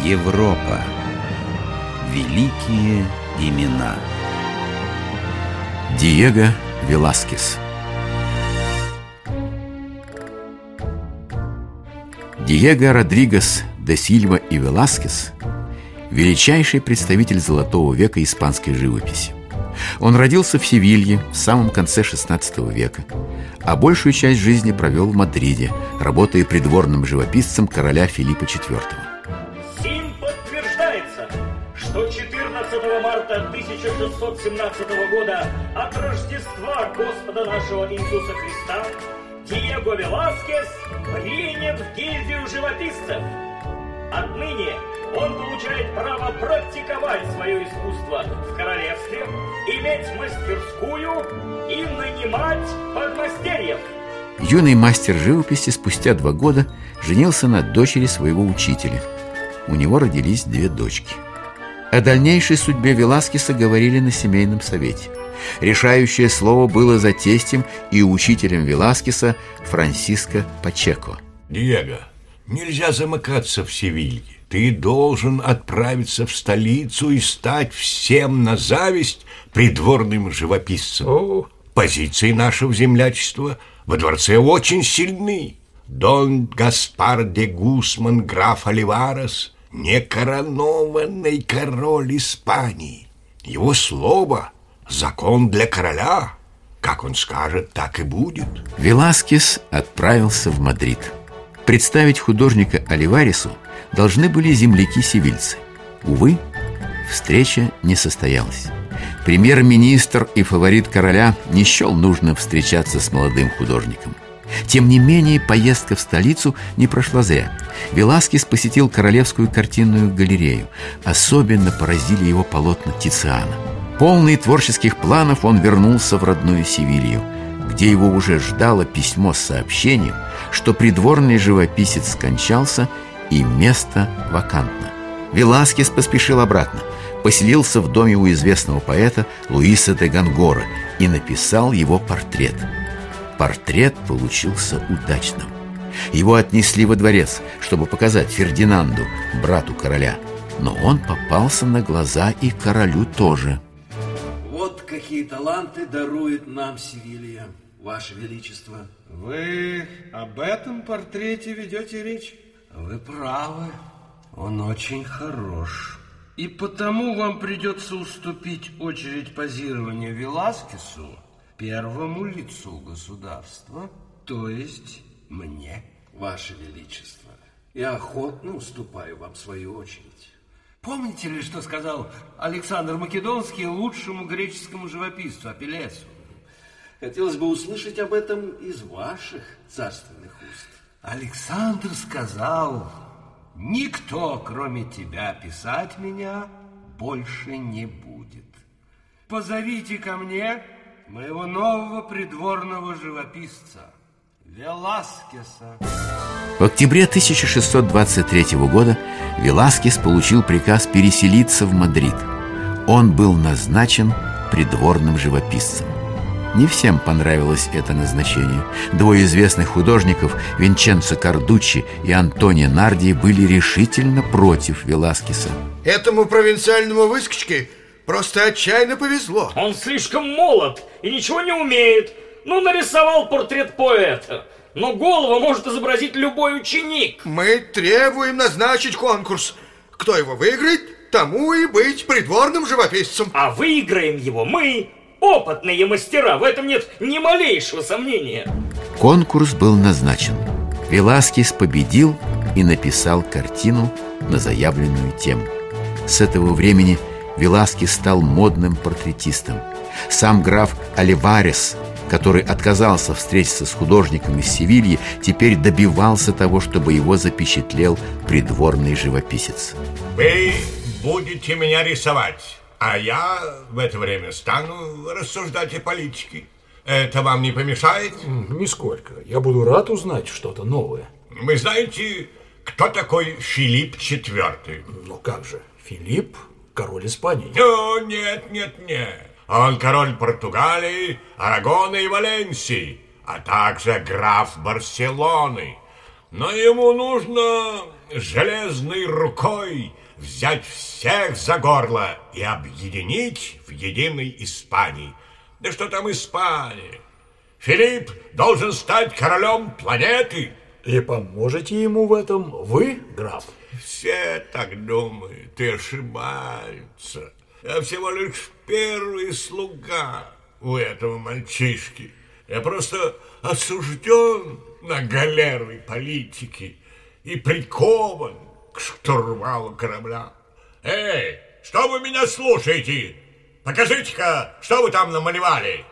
Европа. Великие имена. Диего Веласкес. Диего Родригес де Сильва и Веласкес – величайший представитель золотого века испанской живописи. Он родился в Севилье в самом конце XVI века, а большую часть жизни провел в Мадриде, работая придворным живописцем короля Филиппа IV. Сим подтверждается, что 14 марта 1617 года от Рождества Господа нашего Иисуса Христа Диего Веласкес принят в гильдию живописцев. Отныне он получает право практиковать свое искусство в королевстве, иметь мастерскую и нанимать подмастерьев. Юный мастер живописи спустя 2 года женился на дочери своего учителя. У него родились 2 дочки. О дальнейшей судьбе Веласкеса говорили на семейном совете. Решающее слово было за тестем и учителем Веласкеса Франсиско Пачеко. Диего, нельзя замыкаться в Севилье. Ты должен отправиться в столицу и стать всем на зависть придворным живописцем. Позиции нашего землячества во дворце очень сильны. Дон Гаспар де Гусман, граф Оливарес, некоронованный король Испании. Его слово – закон для короля. Как он скажет, так и будет. Веласкес отправился в Мадрид. Представить художника Оливаресу должны были земляки-севильцы. Увы, встреча не состоялась. Премьер-министр и фаворит короля не счел нужным встречаться с молодым художником. Тем не менее, поездка в столицу не прошла зря. Веласкес посетил Королевскую картинную галерею. Особенно поразили его полотна Тициана. Полный творческих планов, он вернулся в родную Севилью, где его уже ждало письмо с сообщением, что придворный живописец скончался и место вакантно. Веласкес поспешил обратно, поселился в доме у известного поэта Луиса де Гонгора и написал его портрет. Портрет получился удачным. Его отнесли во дворец, чтобы показать Фердинанду, брату короля. Но он попался на глаза и королю тоже. Вот какие таланты дарует нам Севилья, Ваше Величество. Вы об этом портрете ведете речь? Вы правы, он очень хорош. И потому вам придется уступить очередь позирования Веласкесу, первому лицу государства, то есть мне. Ваше Величество, я охотно уступаю вам свою очередь. Помните ли, что сказал Александр Македонский лучшему греческому живописцу Апеллесу? Хотелось бы услышать об этом из ваших царственных уст. Александр сказал: никто, кроме тебя, писать меня больше не будет. Позовите ко мне моего нового придворного живописца Веласкеса. В октябре 1623 года Веласкес получил приказ переселиться в Мадрид. Он был назначен придворным живописцем. Не всем понравилось это назначение. 2 известных художников, Винченцо Кардуччи и Антонио Нарди, были решительно против Веласкеса. Этому провинциальному выскочке просто отчаянно повезло. Он слишком молод и ничего не умеет. Нарисовал портрет поэта, но голову может изобразить любой ученик. Мы требуем назначить конкурс. Кто его выиграет, тому и быть придворным живописцем. А выиграем его мы, опытные мастера, в этом нет ни малейшего сомнения. Конкурс был назначен. Веласкес победил и написал картину на заявленную тему. С этого времени Веласкес стал модным портретистом. Сам граф Оливарес, который отказался встретиться с художником из Севильи, теперь добивался того, чтобы его запечатлел придворный живописец. Вы будете меня рисовать, а я в это время стану рассуждать о политике. Это вам не помешает? Нисколько. Я буду рад узнать что-то новое. Вы знаете, кто такой Филипп IV? Ну как же, Филипп – король Испании. О, нет. Он король Португалии, Арагона и Валенсии, а также граф Барселоны. Но ему нужно железной рукой взять всех за горло и объединить в единой Испании. Да что там Испания? Филипп должен стать королем планеты. И поможете ему в этом вы, граф? Все так думают и ошибаются. Я всего лишь первый слуга у этого мальчишки. Я просто осужден на галеры политики и прикован к штурвалу корабля. Эй, что вы меня слушаете? Покажите-ка, что вы там намалевали?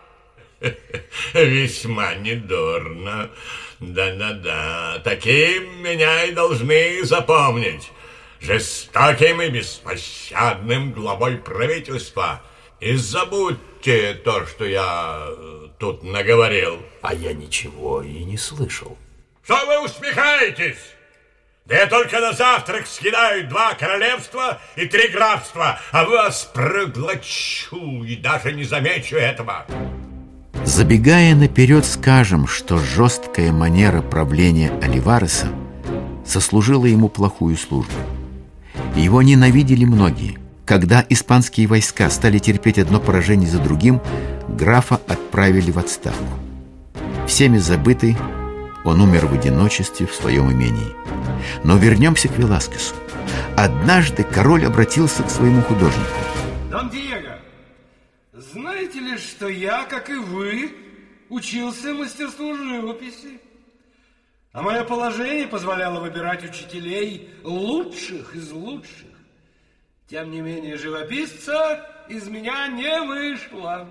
Весьма недурно. Да-да-да, таким меня и должны запомнить. Жестоким и беспощадным главой правительства. И забудьте то, что я тут наговорил. А я ничего и не слышал. Что вы усмехаетесь? Да я только на завтрак съедаю 2 королевства и 3 графства, а вас проглочу и даже не замечу этого. Забегая наперед, скажем, что жесткая манера правления Оливареса сослужила ему плохую службу. Его ненавидели многие. Когда испанские войска стали терпеть одно поражение за другим, графа отправили в отставку. Всеми забытый, он умер в одиночестве в своем имении. Но вернемся к Веласкесу. Однажды король обратился к своему художнику. Дон Диего, знаете ли, что я, как и вы, учился мастерству живописи? А мое положение позволяло выбирать учителей лучших из лучших. Тем не менее, живописца из меня не вышло.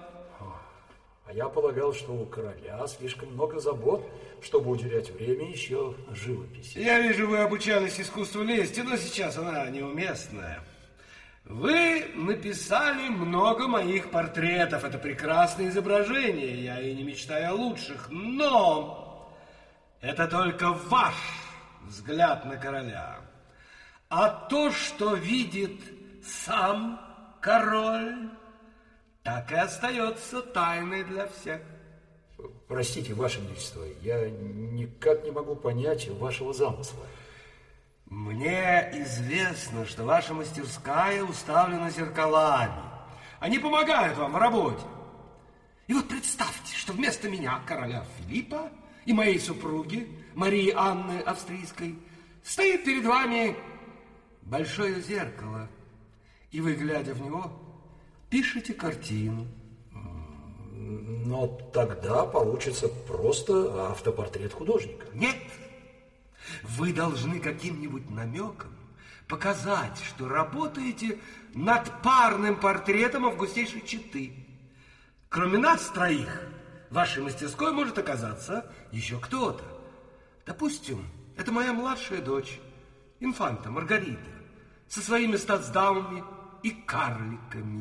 А я полагал, что у короля слишком много забот, чтобы уделять время еще живописи. Я вижу, вы обучались искусству лести, но сейчас она неуместная. Вы написали много моих портретов. Это прекрасные изображения. Я и не мечтаю о лучших. Но это только ваш взгляд на короля. А то, что видит сам король, так и остается тайной для всех. Простите, Ваше Величество, я никак не могу понять вашего замысла. Мне известно, что ваша мастерская уставлена зеркалами. Они помогают вам в работе. И вот представьте, что вместо меня, короля Филиппа, и моей супруги, Марии Анны Австрийской, стоит перед вами большое зеркало. И вы, глядя в него, пишете картину. Но тогда получится просто автопортрет художника. Нет. Вы должны каким-нибудь намеком показать, что работаете над парным портретом августейшей четы. Кроме нас троих, в вашей мастерской может оказаться еще кто-то. Допустим, это моя младшая дочь, инфанта Маргарита, со своими статсдамами и карликами.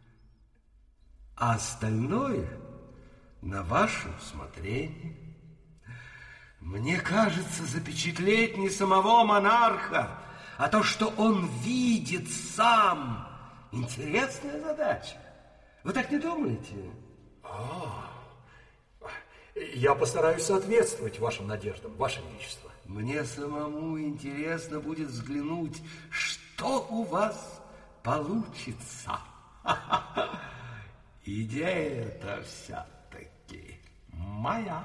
А остальное на ваше усмотрение. Мне кажется, запечатлеть не самого монарха, а то, что он видит сам. Интересная задача. Вы так не думаете? Я постараюсь соответствовать вашим надеждам, Ваше Величество. Мне самому интересно будет взглянуть, что у вас получится. Идея-то вся-таки моя.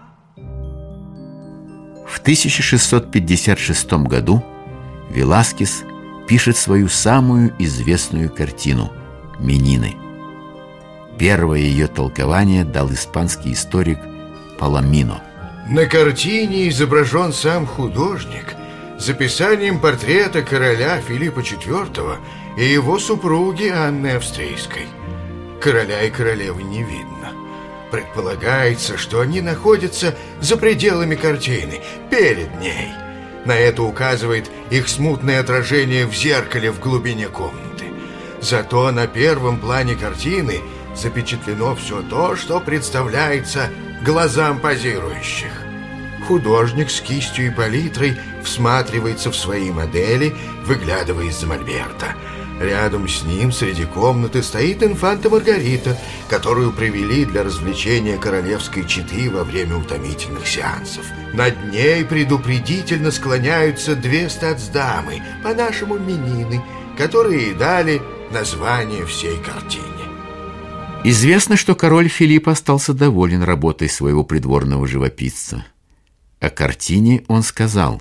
В 1656 году Веласкес пишет свою самую известную картину «Менины». Первое ее толкование дал испанский историк Паламино. На картине изображен сам художник с описанием портрета короля Филиппа IV и его супруги Анны Австрийской. Короля и королевы не видно. Предполагается, что они находятся за пределами картины, перед ней. На это указывает их смутное отражение в зеркале в глубине комнаты. Зато на первом плане картины запечатлено все то, что представляется глазам позирующих. Художник с кистью и палитрой всматривается в свои модели, выглядывая из-за мольберта. Рядом с ним, среди комнаты, стоит инфанта Маргарита, которую привели для развлечения королевской четы во время утомительных сеансов. Над ней предупредительно склоняются две статсдамы, по-нашему Менины, которые и дали название всей картине. Известно, что король Филипп остался доволен работой своего придворного живописца. О картине он сказал: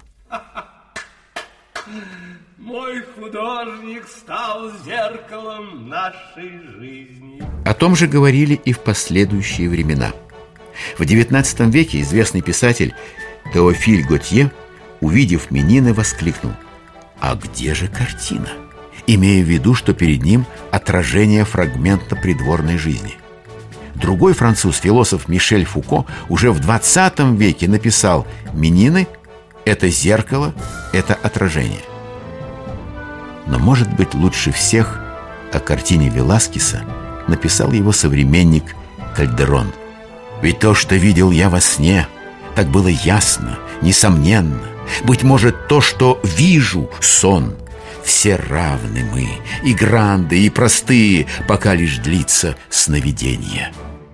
«Мой художник стал зеркалом нашей жизни». О том же говорили и в последующие времена. В XIX веке известный писатель Теофиль Готье, увидев Менины, воскликнул: «А где же картина?», имея в виду, что перед ним отражение фрагмента придворной жизни. Другой француз, философ Мишель Фуко, уже в XX веке написал: «Менины – это зеркало, это отражение». Но, может быть, лучше всех о картине Веласкеса написал его современник Кальдерон. «Ведь то, что видел я во сне, так было ясно, несомненно. Быть может, то, что вижу, сон. Все равны мы, и гранды, и простые, пока лишь длится сновидение».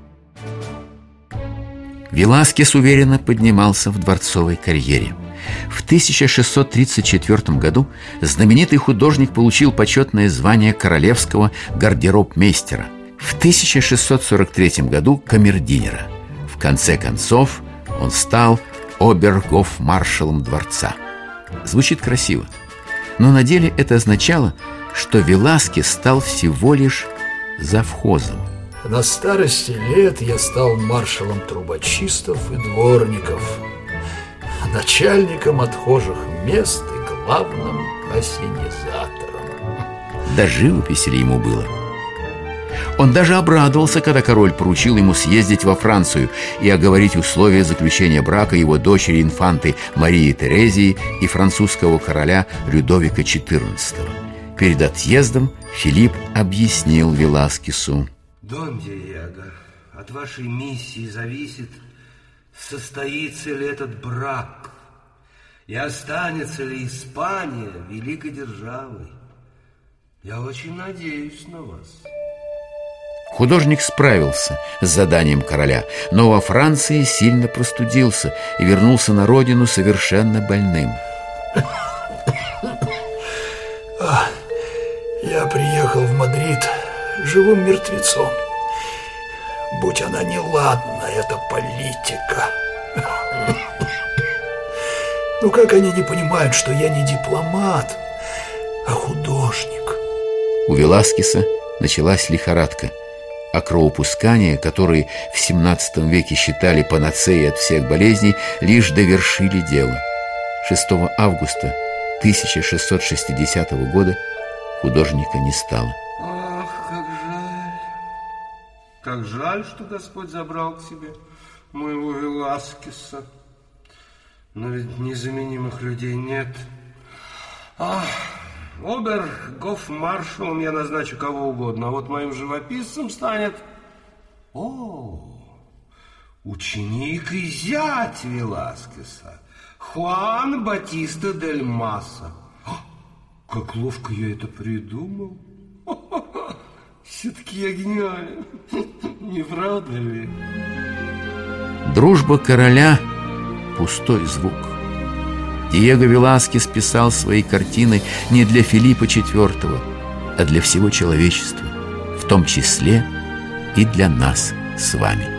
Веласкес уверенно поднимался в дворцовой карьере. В 1634 году знаменитый художник получил почетное звание королевского гардеробмейстера, в 1643 году камердинера. В конце концов он стал обергофмаршалом дворца. Звучит красиво, но на деле это означало, что Веласкес стал всего лишь завхозом. На старости лет я стал маршалом трубочистов и дворников, начальником отхожих мест и главным ассенизатором. Да живописи ли ему было? Он даже обрадовался, когда король поручил ему съездить во Францию и оговорить условия заключения брака его дочери инфанты Марии Терезии и французского короля Людовика XIV. Перед отъездом Филипп объяснил Веласкесу: Дон Диего, от вашей миссии зависит, состоится ли этот брак и останется ли Испания великой державой. Я очень надеюсь на вас. Художник справился с заданием короля, но во Франции сильно простудился и вернулся на родину совершенно больным. Я приехал в Мадрид живым мертвецом. Будь она неладна, эта политика. Ну как они не понимают, что я не дипломат, а художник? У Веласкеса началась лихорадка, а кровопускания, которые в XVII веке считали панацеей от всех болезней, лишь довершили дело. 6 августа 1660 года художника не стало. Ах, как жаль. Как жаль, что Господь забрал к себе моего Веласкеса. Но ведь незаменимых людей нет. Обергофмаршалом я назначу кого угодно, а вот моим живописцем станет... ученик и зять Веласкеса, Хуан Батиста дель Маса. Как ловко я это придумал. Все-таки я гениален. Не правда ли? Дружба короля – пустой звук. Диего Веласкес писал свои картины не для Филиппа IV, а для всего человечества, в том числе и для нас с вами.